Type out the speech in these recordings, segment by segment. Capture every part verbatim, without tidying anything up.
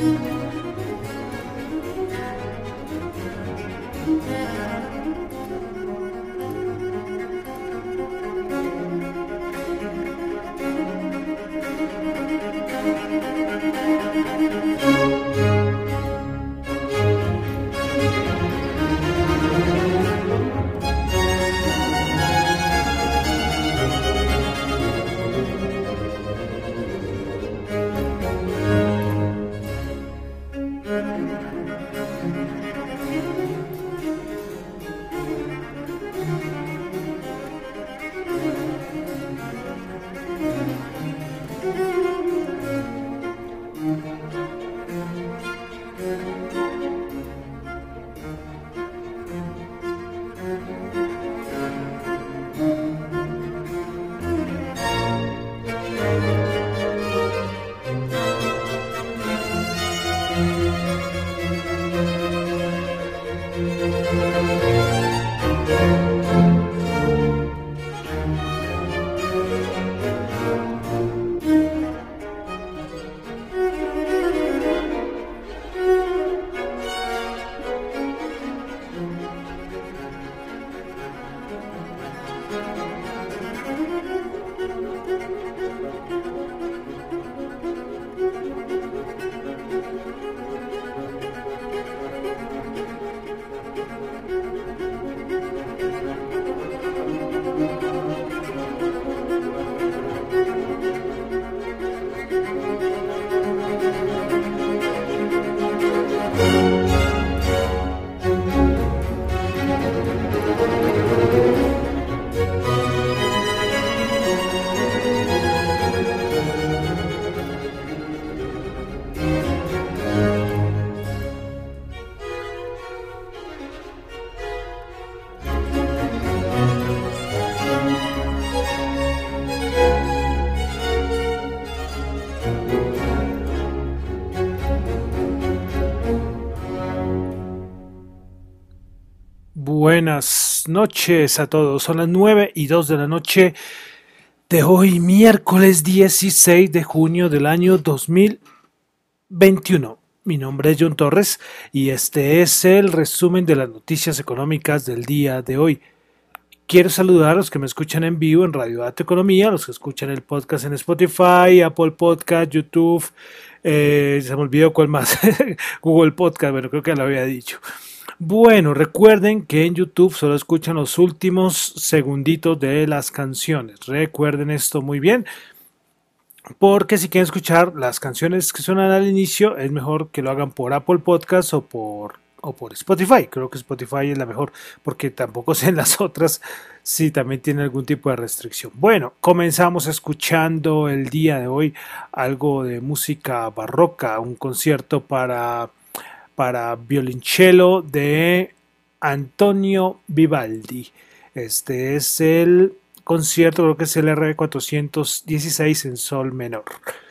Buenas noches a todos, son las nueve y dos de la noche de hoy, miércoles dieciséis de junio del año dos mil veintiuno. Mi nombre es John Torres y este es el resumen de las noticias económicas del día de hoy. Quiero saludar a los que me escuchan en vivo en Radio Data Economía, a los que escuchan el podcast en Spotify, Apple Podcast, YouTube, eh, se me olvidó cuál más, Google Podcast, bueno, creo que lo había dicho. Bueno, recuerden que en YouTube solo escuchan los últimos segunditos de las canciones. Recuerden esto muy bien, porque si quieren escuchar las canciones que suenan al inicio, es mejor que lo hagan por Apple Podcast o por, o por Spotify. Creo que Spotify es la mejor, porque tampoco sé en las otras si también tiene algún tipo de restricción. Bueno, comenzamos escuchando el día de hoy algo de música barroca, un concierto para... para violonchelo de Antonio Vivaldi. Este es el concierto, creo que es el R cuatrocientos dieciséis en sol menor.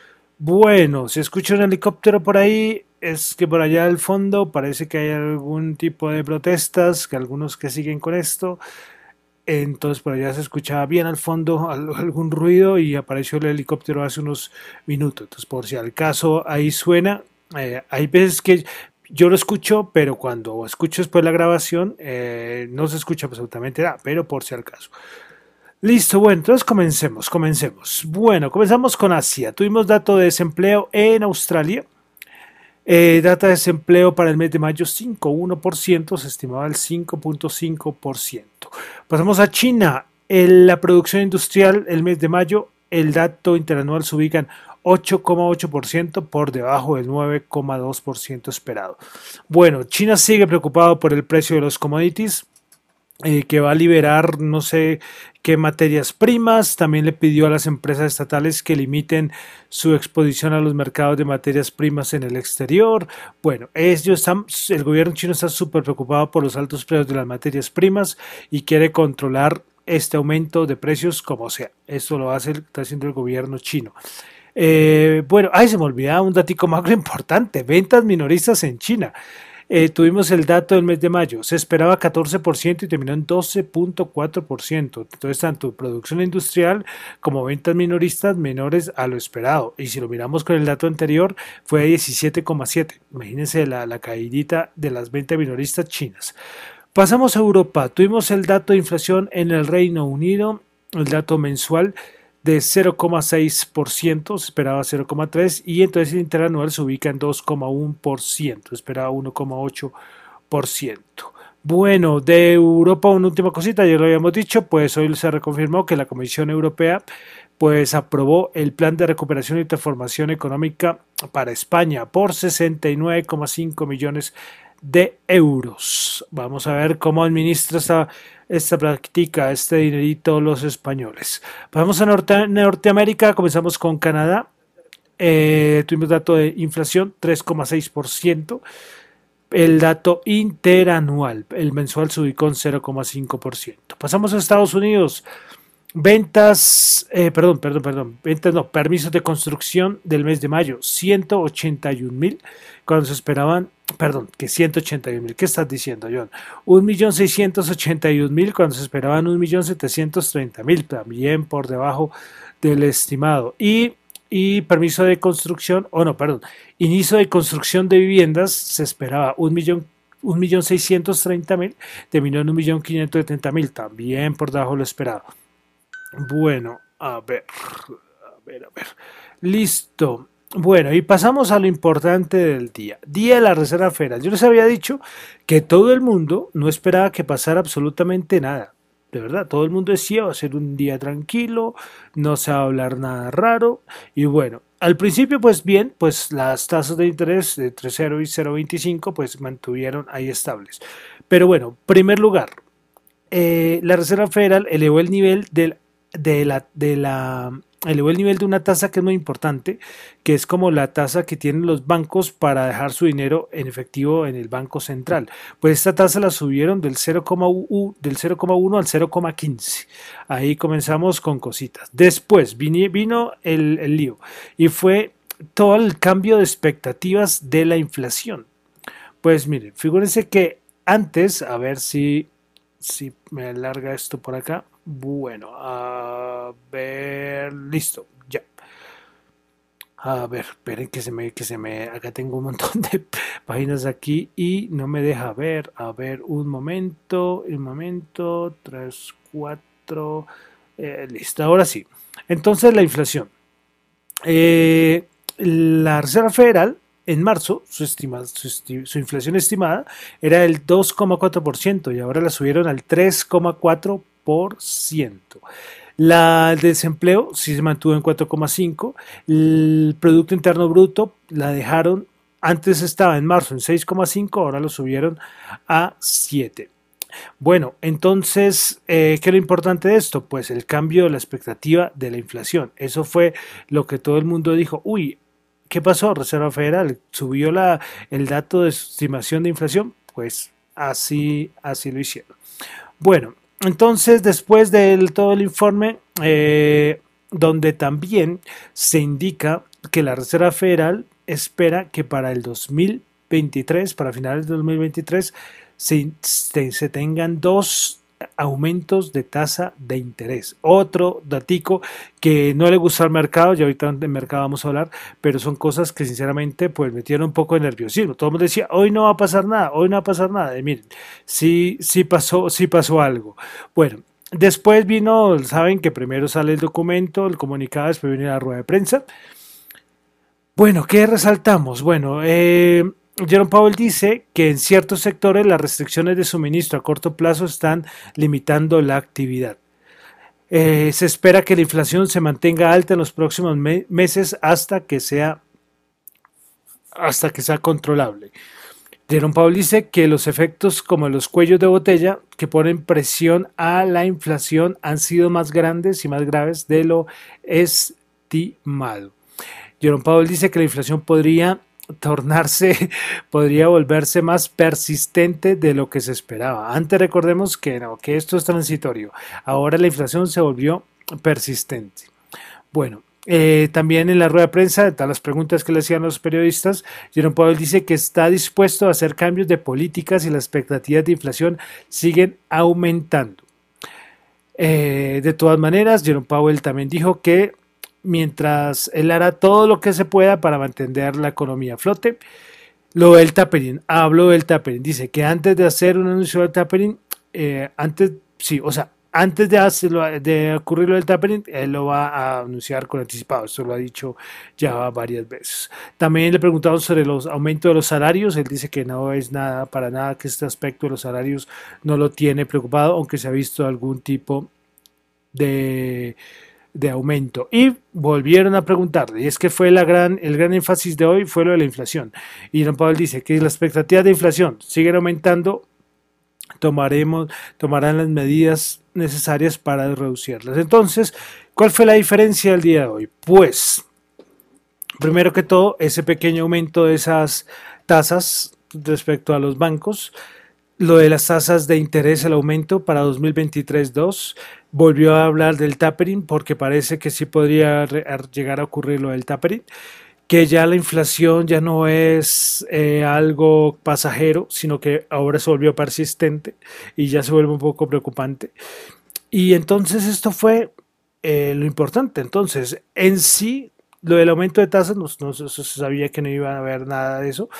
Bueno, si escucha un helicóptero por ahí, es que por allá al fondo parece que hay algún tipo de protestas, que algunos que siguen con esto. Entonces por allá se escuchaba bien al fondo algún ruido y apareció el helicóptero hace unos minutos. Entonces por si al caso ahí suena, eh, hay veces que yo lo escucho, pero cuando escucho después la grabación eh, no se escucha absolutamente nada, pero por si al caso. Listo, bueno, entonces comencemos, comencemos. Bueno, comenzamos con Asia. Tuvimos dato de desempleo en Australia. Eh, data de desempleo para el mes de mayo cinco punto uno por ciento, se estimaba el cinco punto cinco por ciento. Pasamos a China. En la producción industrial el mes de mayo, el dato interanual se ubica en ocho coma ocho por ciento por debajo del nueve coma dos por ciento esperado. Bueno, China sigue preocupado por el precio de los commodities, eh, que va a liberar no sé qué materias primas. También le pidió a las empresas estatales que limiten su exposición a los mercados de materias primas en el exterior. Bueno, ellos están, el gobierno chino está súper preocupado por los altos precios de las materias primas y quiere controlar este aumento de precios como sea. Esto lo hace, está haciendo el gobierno chino. Eh, bueno, ay, se me olvidaba un datico macro importante, ventas minoristas en China. Eh, tuvimos el dato del mes de mayo, se esperaba catorce por ciento y terminó en doce punto cuatro por ciento. Entonces, tanto producción industrial como ventas minoristas menores a lo esperado. Y si lo miramos con el dato anterior, fue de diecisiete coma siete. Imagínense la, la caídita de las ventas minoristas chinas. Pasamos a Europa. Tuvimos el dato de inflación en el Reino Unido, el dato mensual de cero coma seis por ciento, se esperaba cero coma tres por ciento y entonces el interanual se ubica en dos coma uno por ciento, se esperaba uno coma ocho por ciento. Bueno, de Europa una última cosita, ya lo habíamos dicho, pues hoy se reconfirmó que la Comisión Europea pues aprobó el plan de recuperación y transformación económica para España por sesenta y nueve coma cinco millones de euros. Vamos a ver cómo administra esta, esta práctica, este dinerito los españoles. Vamos a Norte, Norteamérica, comenzamos con Canadá. Eh, tuvimos dato de inflación tres coma seis por ciento. El dato interanual, el mensual se ubicó en cero coma cinco por ciento. Pasamos a Estados Unidos. Ventas, eh, perdón, perdón, perdón, ventas no, permisos de construcción del mes de mayo, ciento ochenta y un mil, cuando se esperaban, perdón, que ciento ochenta y un mil, ¿qué estás diciendo, John? un millón seiscientos ochenta y un mil, cuando se esperaban un millón setecientos treinta mil, también por debajo del estimado. Y, y permiso de construcción, o oh no, perdón, inicio de construcción de viviendas, se esperaba un millón un millón seiscientos treinta mil, terminó en un millón quinientos setenta mil, también por debajo de lo esperado. Bueno, a ver, a ver, a ver. Listo. Bueno, y pasamos a lo importante del día. Día de la Reserva Federal. Yo les había dicho que todo el mundo no esperaba que pasara absolutamente nada. De verdad, todo el mundo decía va a ser un día tranquilo, no se va a hablar nada raro. Y bueno, al principio, pues bien, pues las tasas de interés de entre cero y cero coma veinticinco pues mantuvieron ahí estables. Pero bueno, primer lugar, eh, la Reserva Federal elevó el nivel del de la, de la elevó el nivel de una tasa que es muy importante, que es como la tasa que tienen los bancos para dejar su dinero en efectivo en el Banco Central. Pues esta tasa la subieron del cero coma uno al cero coma quince. Ahí comenzamos con cositas. Después vino, vino el, el lío y fue todo el cambio de expectativas de la inflación. Pues miren, figúrense que antes, a ver si, si me alarga esto por acá. Bueno, a ver, listo, ya. A ver, esperen que se me, que se me, acá tengo un montón de páginas aquí y no me deja ver. A ver, un momento, un momento, tres, cuatro, eh, listo, ahora sí. Entonces la inflación. Eh, la Reserva Federal en marzo su, estima, su, esti, su inflación estimada era del dos coma cuatro por ciento y ahora la subieron al tres coma cuatro por ciento. Por ciento. La, el desempleo sí se mantuvo en cuatro coma cinco. El Producto Interno Bruto la dejaron, antes estaba en marzo en seis coma cinco, ahora lo subieron a siete. Bueno, entonces, eh, ¿qué es lo importante de esto? Pues el cambio de la expectativa de la inflación. Eso fue lo que todo el mundo dijo. Uy, ¿qué pasó? Reserva Federal subió la, el dato de estimación de inflación. Pues así, así lo hicieron. Bueno. Entonces, después de todo el informe, eh, donde también se indica que la Reserva Federal espera que para el dos mil veintitrés, para finales de dos mil veintitrés, se, se, se tengan dos aumentos de tasa de interés. Otro datico que no le gusta al mercado, y ahorita en mercado vamos a hablar, pero son cosas que sinceramente pues metieron un poco de nerviosismo. Todo el mundo decía, hoy no va a pasar nada, hoy no va a pasar nada. Y miren, sí, sí pasó, sí pasó algo. Bueno, después vino, saben que primero sale el documento, el comunicado, después viene la rueda de prensa. Bueno, ¿qué resaltamos? Bueno, eh, Jerome Powell dice que en ciertos sectores las restricciones de suministro a corto plazo están limitando la actividad. Eh, se espera que la inflación se mantenga alta en los próximos me meses hasta que sea hasta que sea controlable. Jerome Powell dice que los efectos como los cuellos de botella que ponen presión a la inflación han sido más grandes y más graves de lo estimado. Jerome Powell dice que la inflación podría tornarse, podría volverse más persistente de lo que se esperaba. Antes recordemos que no, que esto es transitorio. Ahora la inflación se volvió persistente. Bueno, Eh, también en la rueda de prensa, de todas las preguntas que le hacían los periodistas, Jerome Powell dice que está dispuesto a hacer cambios de políticas y las expectativas de inflación siguen aumentando. Eh, de todas maneras, Jerome Powell también dijo que mientras él hará todo lo que se pueda para mantener la economía a flote, lo del tapering, habló del tapering, dice que antes de hacer un anuncio del tapering, eh, antes, sí, o sea, antes de hacerlo, de ocurrir lo del tapering, él lo va a anunciar con anticipado, esto lo ha dicho ya varias veces. También le preguntaron sobre los aumentos de los salarios, él dice que no es nada, para nada, que este aspecto de los salarios no lo tiene preocupado, aunque se ha visto algún tipo de de aumento. Y volvieron a preguntarle, y es que fue la gran, el gran énfasis de hoy fue lo de la inflación. Y Jerome Powell dice que las expectativas de inflación siguen aumentando, tomaremos, tomarán las medidas necesarias para reducirlas. Entonces, ¿cuál fue la diferencia del día de hoy? Pues, primero que todo, ese pequeño aumento de esas tasas respecto a los bancos, lo de las tasas de interés, el aumento para dos mil veintitrés dos, volvió a hablar del tapering porque parece que sí podría llegar a ocurrir lo del tapering, que ya la inflación ya no es eh, algo pasajero, sino que ahora se volvió persistente y ya se vuelve un poco preocupante. Y entonces esto fue eh, lo importante. Entonces, en sí, lo del aumento de tasas, no, no se sabía que no iba a haber nada de eso,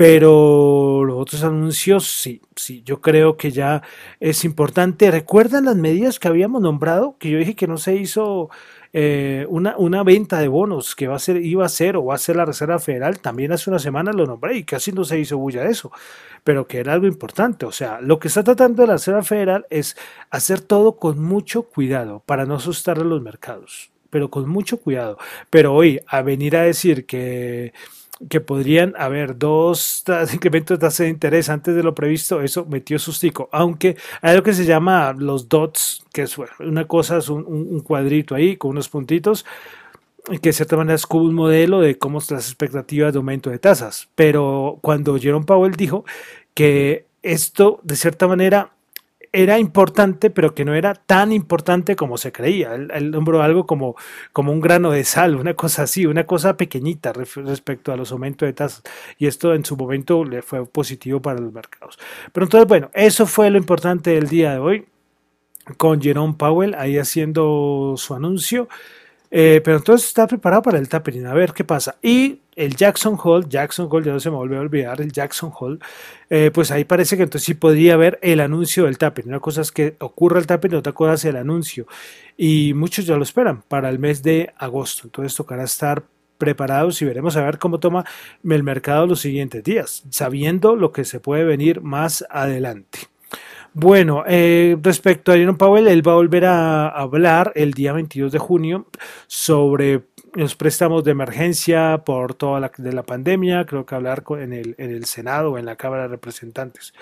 pero los otros anuncios, sí, sí, yo creo que ya es importante. ¿Recuerdan las medidas que habíamos nombrado? Que yo dije que no se hizo eh, una, una venta de bonos que va a ser, iba a ser o va a ser la Reserva Federal. También hace una semana lo nombré y casi no se hizo bulla de eso, pero que era algo importante. O sea, lo que está tratando de la Reserva Federal es hacer todo con mucho cuidado para no asustar a los mercados, pero con mucho cuidado. Pero hoy, a venir a decir que, que podrían haber dos incrementos de tasa de interés antes de lo previsto, eso metió sustico. Aunque hay algo que se llama los dots, que es una cosa, es un, un cuadrito ahí con unos puntitos, que de cierta manera es como un modelo de cómo son las expectativas de aumento de tasas. Pero cuando Jerome Powell dijo que esto, de cierta manera, era importante, pero que no era tan importante como se creía. Él, él nombró algo como, como un grano de sal, una cosa así, una cosa pequeñita respecto a los aumentos de tasas. Y esto en su momento le fue positivo para los mercados. Pero entonces, bueno, eso fue lo importante del día de hoy, con Jerome Powell ahí haciendo su anuncio. Eh, pero entonces está preparado para el tapering, a ver qué pasa. Y el Jackson Hole, Jackson Hole, ya no se me volvió a olvidar, el Jackson Hole, eh, pues ahí parece que entonces sí podría haber el anuncio del tapering. Una cosa es que ocurra el tapering, otra cosa es el anuncio. Y muchos ya lo esperan para el mes de agosto. Entonces tocará estar preparados y veremos a ver cómo toma el mercado los siguientes días, sabiendo lo que se puede venir más adelante. Bueno, eh, respecto a Jerome Powell, él va a volver a hablar el día veintidós de junio sobre los préstamos de emergencia por toda la, de la pandemia, creo que hablar en el, en el Senado o en la Cámara de Representantes.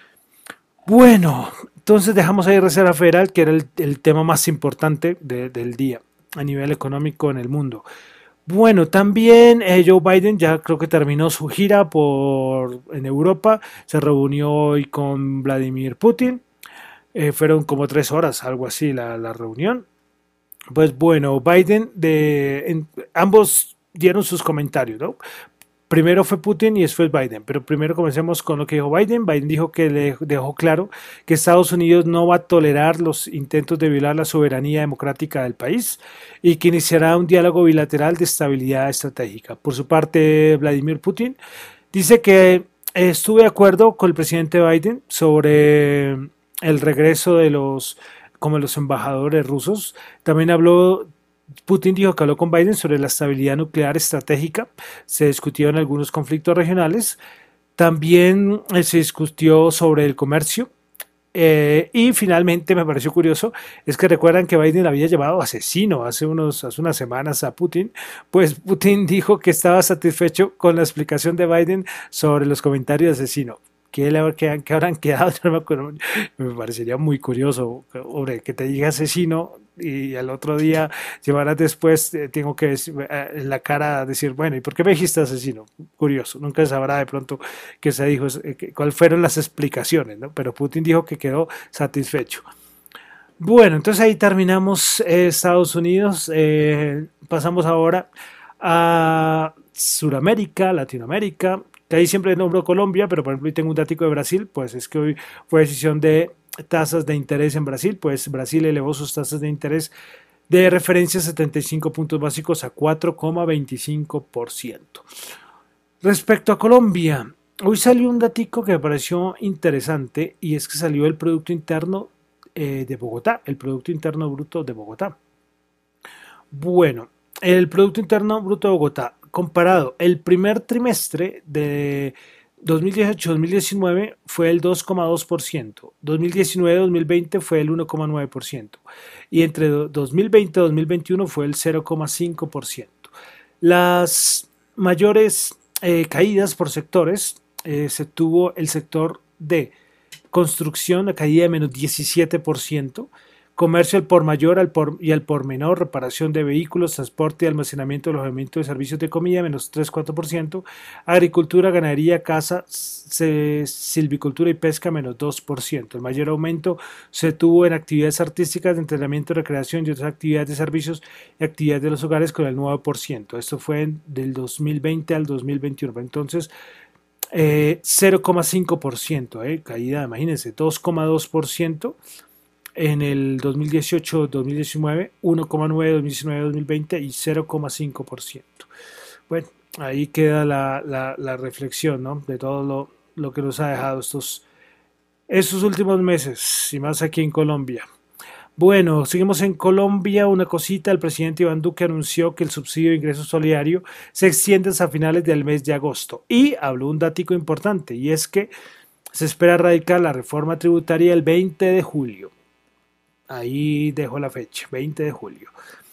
Bueno, entonces dejamos ahí Reserva Federal, que era el, el tema más importante de, del día a nivel económico en el mundo. Bueno, también eh, Joe Biden ya creo que terminó su gira por en Europa, se reunió hoy con Vladimir Putin, eh, fueron como tres horas, algo así la, la reunión. Pues bueno, Biden, de, en, ambos dieron sus comentarios, ¿no? Primero fue Putin y después Biden, pero primero comencemos con lo que dijo Biden. Biden dijo que le dejó claro que Estados Unidos no va a tolerar los intentos de violar la soberanía democrática del país y que iniciará un diálogo bilateral de estabilidad estratégica. Por su parte, Vladimir Putin dice que estuve de acuerdo con el presidente Biden sobre el regreso de los como los embajadores rusos. También habló Putin dijo que habló con Biden sobre la estabilidad nuclear estratégica, se discutieron algunos conflictos regionales, también eh, se discutió sobre el comercio eh, y finalmente me pareció curioso, es que recuerdan que Biden había llamado asesino hace, unos, hace unas semanas a Putin, pues Putin dijo que estaba satisfecho con la explicación de Biden sobre los comentarios de asesino. ¿Qué, le, qué, qué habrán quedado? No me acuerdo. Me parecería muy curioso, hombre, que te diga asesino y al otro día, semanas después, eh, tengo que decir, eh, en la cara decir, bueno, ¿y por qué me dijiste asesino? Curioso, nunca sabrá de pronto qué se dijo, eh, cuáles fueron las explicaciones, ¿no? Pero Putin dijo que quedó satisfecho. Bueno, entonces ahí terminamos eh, Estados Unidos. Eh, pasamos ahora a Sudamérica, Latinoamérica, que ahí siempre nombro Colombia, pero por ejemplo hoy tengo un datico de Brasil, pues es que hoy fue decisión de tasas de interés en Brasil, pues Brasil elevó sus tasas de interés de referencia setenta y cinco puntos básicos a cuatro coma veinticinco por ciento. Respecto a Colombia, hoy salió un datico que me pareció interesante y es que salió el Producto Interno eh, de Bogotá, el Producto Interno Bruto de Bogotá. Bueno, el Producto Interno Bruto de Bogotá, comparado el primer trimestre de dos mil dieciocho dos mil diecinueve fue el dos coma dos por ciento, dos mil diecinueve dos mil veinte fue el uno coma nueve por ciento y entre dos mil veinte y dos mil veintiuno fue el cero coma cinco por ciento. Las mayores eh, caídas por sectores eh, se tuvo el sector de construcción, la caída de menos diecisiete por ciento, comercio al por mayor al por, y al por menor, reparación de vehículos, transporte y almacenamiento, alojamiento de servicios de comida, menos tres coma cuatro por ciento, agricultura, ganadería, caza, silvicultura y pesca, menos dos por ciento. El mayor aumento se tuvo en actividades artísticas, de entrenamiento, recreación y otras actividades de servicios y actividades de los hogares con el nueve por ciento. Esto fue del dos mil veinte al dos mil veintiuno. Entonces, eh, cero coma cinco por ciento, eh, caída, imagínense, dos coma dos por ciento en el dos mil dieciocho dos mil diecinueve, uno coma nueve por ciento dos mil diecinueve dos mil veinte y cero coma cinco por ciento. Bueno, ahí queda la, la, la reflexión, ¿no?, de todo lo, lo que nos ha dejado estos, estos últimos meses y más aquí en Colombia. Bueno, seguimos en Colombia. Una cosita, el presidente Iván Duque anunció que el subsidio de ingreso solidario se extiende hasta finales del mes de agosto y habló un datico importante y es que se espera radicar la reforma tributaria el veinte de julio. Ahí dejo la fecha, veinte de julio.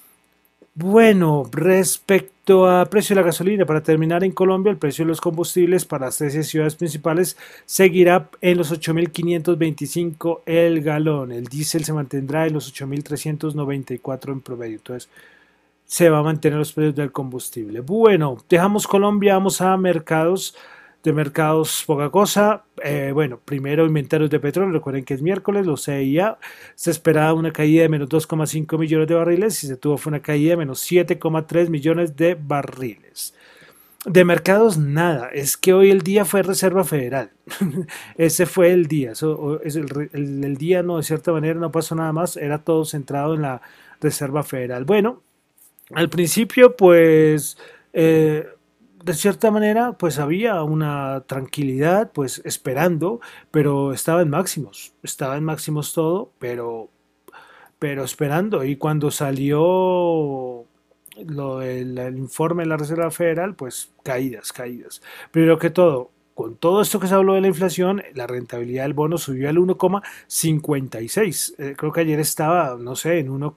Bueno, respecto a precio de la gasolina, para terminar en Colombia, el precio de los combustibles para las trece ciudades principales seguirá en los ocho mil quinientos veinticinco el galón. El diésel se mantendrá en los ocho mil trescientos noventa y cuatro en promedio. Entonces, se va a mantener los precios del combustible. Bueno, dejamos Colombia, vamos a mercados. De mercados, poca cosa. Eh, bueno, primero inventarios de petróleo. Recuerden que es miércoles, los C I A. Se esperaba una caída de menos dos coma cinco millones de barriles y se tuvo fue una caída de menos siete coma tres millones de barriles. De mercados, nada. Es que hoy el día fue Reserva Federal. Ese fue el día. Eso, es el, el, el día, no, de cierta manera, no pasó nada más. Era todo centrado en la Reserva Federal. Bueno, al principio, pues. Eh, de cierta manera, pues había una tranquilidad, pues esperando, pero estaba en máximos, estaba en máximos todo, pero, pero esperando. Y cuando salió lo del el informe de la Reserva Federal, pues caídas, caídas. Primero que todo, con todo esto que se habló de la inflación, la rentabilidad del bono subió al uno coma cincuenta y seis. Eh, creo que ayer estaba, no sé, en uno,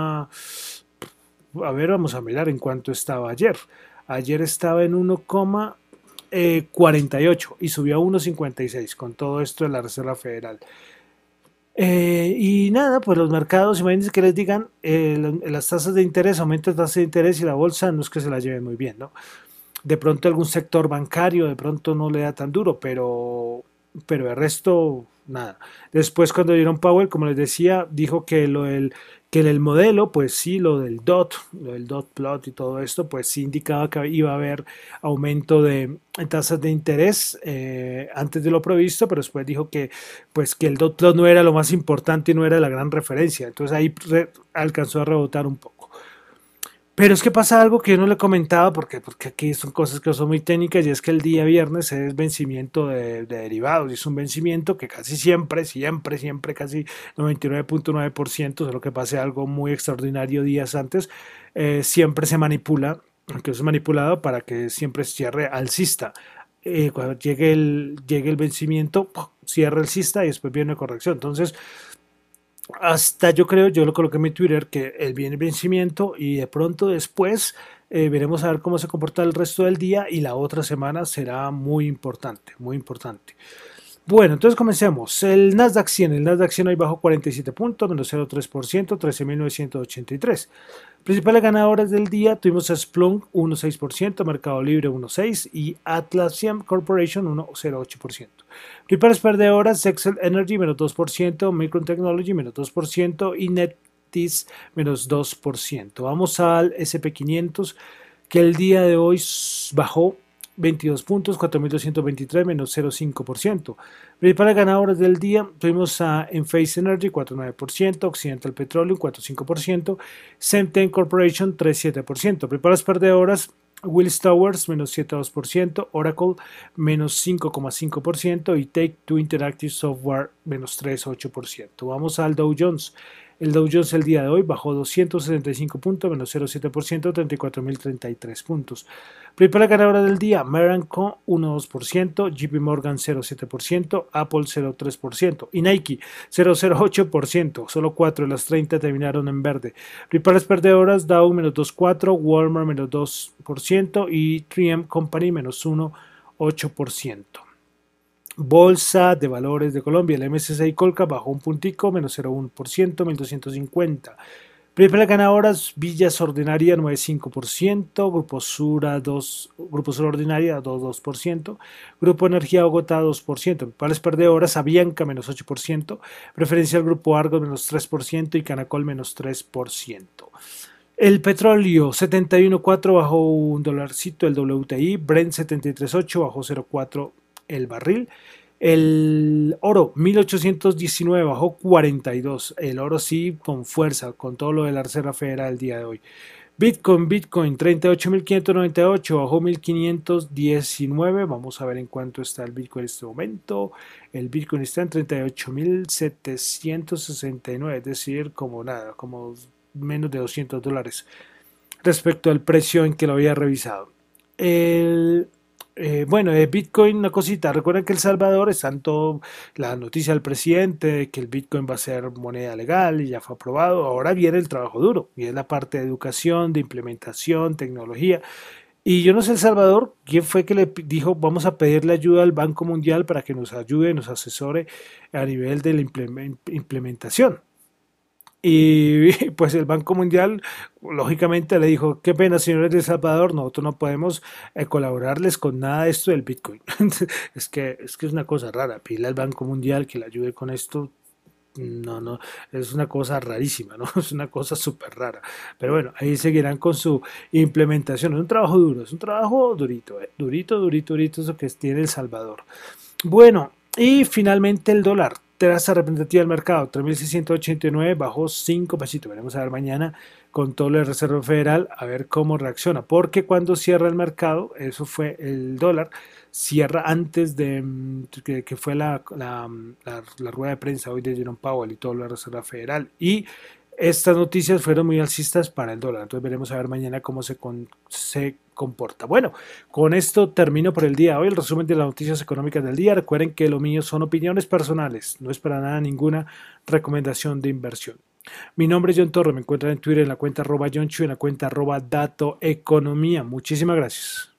a ver, vamos a mirar en cuánto estaba ayer. Ayer estaba en uno coma cuarenta y ocho y subió a uno coma cincuenta y seis con todo esto de la Reserva Federal. Eh, y nada, pues los mercados, imagínense que les digan, eh, las tasas de interés, aumenta la tasa de interés y la bolsa no es que se la lleve muy bien, ¿no? De pronto algún sector bancario, de pronto no le da tan duro, pero, pero el resto, nada. Después cuando dieron Powell, como les decía, dijo que lo del que en el modelo, pues sí, lo del dot, lo del dot plot y todo esto, pues sí indicaba que iba a haber aumento de tasas de interés eh, antes de lo previsto, pero después dijo que, pues, que el dot plot no era lo más importante y no era la gran referencia. Entonces ahí re, alcanzó a rebotar un poco. Pero es que pasa algo que yo no le comentaba porque, porque aquí son cosas que son muy técnicas y es que el día viernes es vencimiento de, de derivados y es un vencimiento que casi siempre, siempre, siempre, casi noventa y nueve punto nueve por ciento, solo que pase algo muy extraordinario días antes, eh, siempre se manipula, aunque es manipulado para que siempre cierre alcista. Eh, cuando llegue el, llegue el vencimiento, cierra el alcista y después viene corrección. Entonces, hasta yo creo, yo lo coloqué en mi Twitter, que el viene el vencimiento y de pronto después eh, veremos a ver cómo se comporta el resto del día y la otra semana será muy importante, muy importante. Bueno, entonces comencemos. El Nasdaq cien, el Nasdaq cien hoy bajó cuarenta y siete puntos, menos cero coma tres por ciento, trece mil novecientos ochenta y tres. Principales ganadoras del día tuvimos a Splunk uno coma seis por ciento, Mercado Libre uno coma seis por ciento y Atlassian Corporation uno coma cero ocho por ciento. Principales perdedoras, Excel Energy menos dos por ciento, Micron Technology menos dos por ciento y Netis menos dos por ciento. Vamos al ese and pe quinientos que el día de hoy bajó veintidós puntos, cuatro mil doscientos veintitrés, menos cero coma cinco por ciento. Principales ganadoras del día tuvimos a Enphase Energy cuatro coma nueve por ciento, Occidental Petroleum cuatro coma cinco por ciento, Semtech Corporation tres coma siete por ciento. Principales perdedoras, Willis Towers menos siete coma dos por ciento, Oracle menos cinco coma cinco por ciento y Take-Two Interactive Software menos tres coma ocho por ciento. Vamos al Dow Jones. El Dow Jones el día de hoy bajó doscientos sesenta y cinco puntos, menos cero coma siete por ciento, treinta y cuatro mil treinta y tres puntos. Principal ganadora del día, Merck Co uno coma dos por ciento, J P Morgan cero coma siete por ciento, Apple cero coma tres por ciento y Nike cero coma cero ocho por ciento. Solo cuatro de las treinta terminaron en verde. Principales perdedoras, Dow menos dos coma cuatro por ciento, Walmart menos dos por ciento y tres eme Company menos uno coma ocho por ciento. Bolsa de Valores de Colombia, el M S C I Colca bajó un puntico, menos cero coma uno por ciento, mil doscientos cincuenta. Principales ganadoras, Villas Ordinaria nueve coma cinco por ciento, Grupo Sura dos, Grupo Sura Ordinaria dos coma dos por ciento, Grupo Energía Bogotá dos por ciento. Principales perdedoras, Avianca menos ocho por ciento, Preferencial Grupo Argos menos tres por ciento y Canacol menos tres por ciento. El petróleo setenta y uno coma cuatro bajó un dolarcito, el W T I, Brent setenta y tres coma ocho bajó cero coma cuatro el barril. El oro mil ochocientos diecinueve bajó cuarenta y dos. El oro sí con fuerza, con todo lo de la Reserva Federal el día de hoy. Bitcoin, Bitcoin treinta y ocho mil quinientos noventa y ocho, bajó mil quinientos diecinueve. Vamos a ver en cuánto está el Bitcoin en este momento. El Bitcoin está en treinta y ocho mil setecientos sesenta y nueve, es decir, como nada, como menos de doscientos dólares respecto al precio en que lo había revisado. El Eh, bueno, de Bitcoin, una cosita. Recuerden que El Salvador está en todo la noticia del presidente de que el Bitcoin va a ser moneda legal y ya fue aprobado. Ahora viene el trabajo duro y es la parte de educación, de implementación, tecnología. Y yo no sé, El Salvador, quién fue que le dijo vamos a pedirle ayuda al Banco Mundial para que nos ayude, nos asesore a nivel de la implementación. Y pues el Banco Mundial lógicamente le dijo, qué pena señores de El Salvador, nosotros no podemos eh, colaborarles con nada de esto del Bitcoin. es, que, es que es una cosa rara, pedirle al Banco Mundial que le ayude con esto, no, no, es una cosa rarísima, ¿no? Es una cosa súper rara. Pero bueno, ahí seguirán con su implementación. Es un trabajo duro, es un trabajo durito, ¿eh? Durito, durito, durito, eso que tiene El Salvador. Bueno, y finalmente el dólar. Tasa representativa del mercado, tres mil seiscientos ochenta y nueve, bajó cinco pesitos. Veremos a ver mañana con todo lo de Reserva Federal, a ver cómo reacciona. Porque cuando cierra el mercado, eso fue el dólar, cierra antes de que, que fue la, la, la, la rueda de prensa hoy de Jerome Powell y todo lo de Reserva Federal. Y estas noticias fueron muy alcistas para el dólar. Entonces veremos a ver mañana cómo se, con, se comporta. Bueno, con esto termino por el día de hoy el resumen de las noticias económicas del día. Recuerden que lo mío son opiniones personales, no es para nada ninguna recomendación de inversión. Mi nombre es John Torres, me encuentran en Twitter en la cuenta arroba John Chu, en la cuenta arroba Dato Economía. Muchísimas gracias.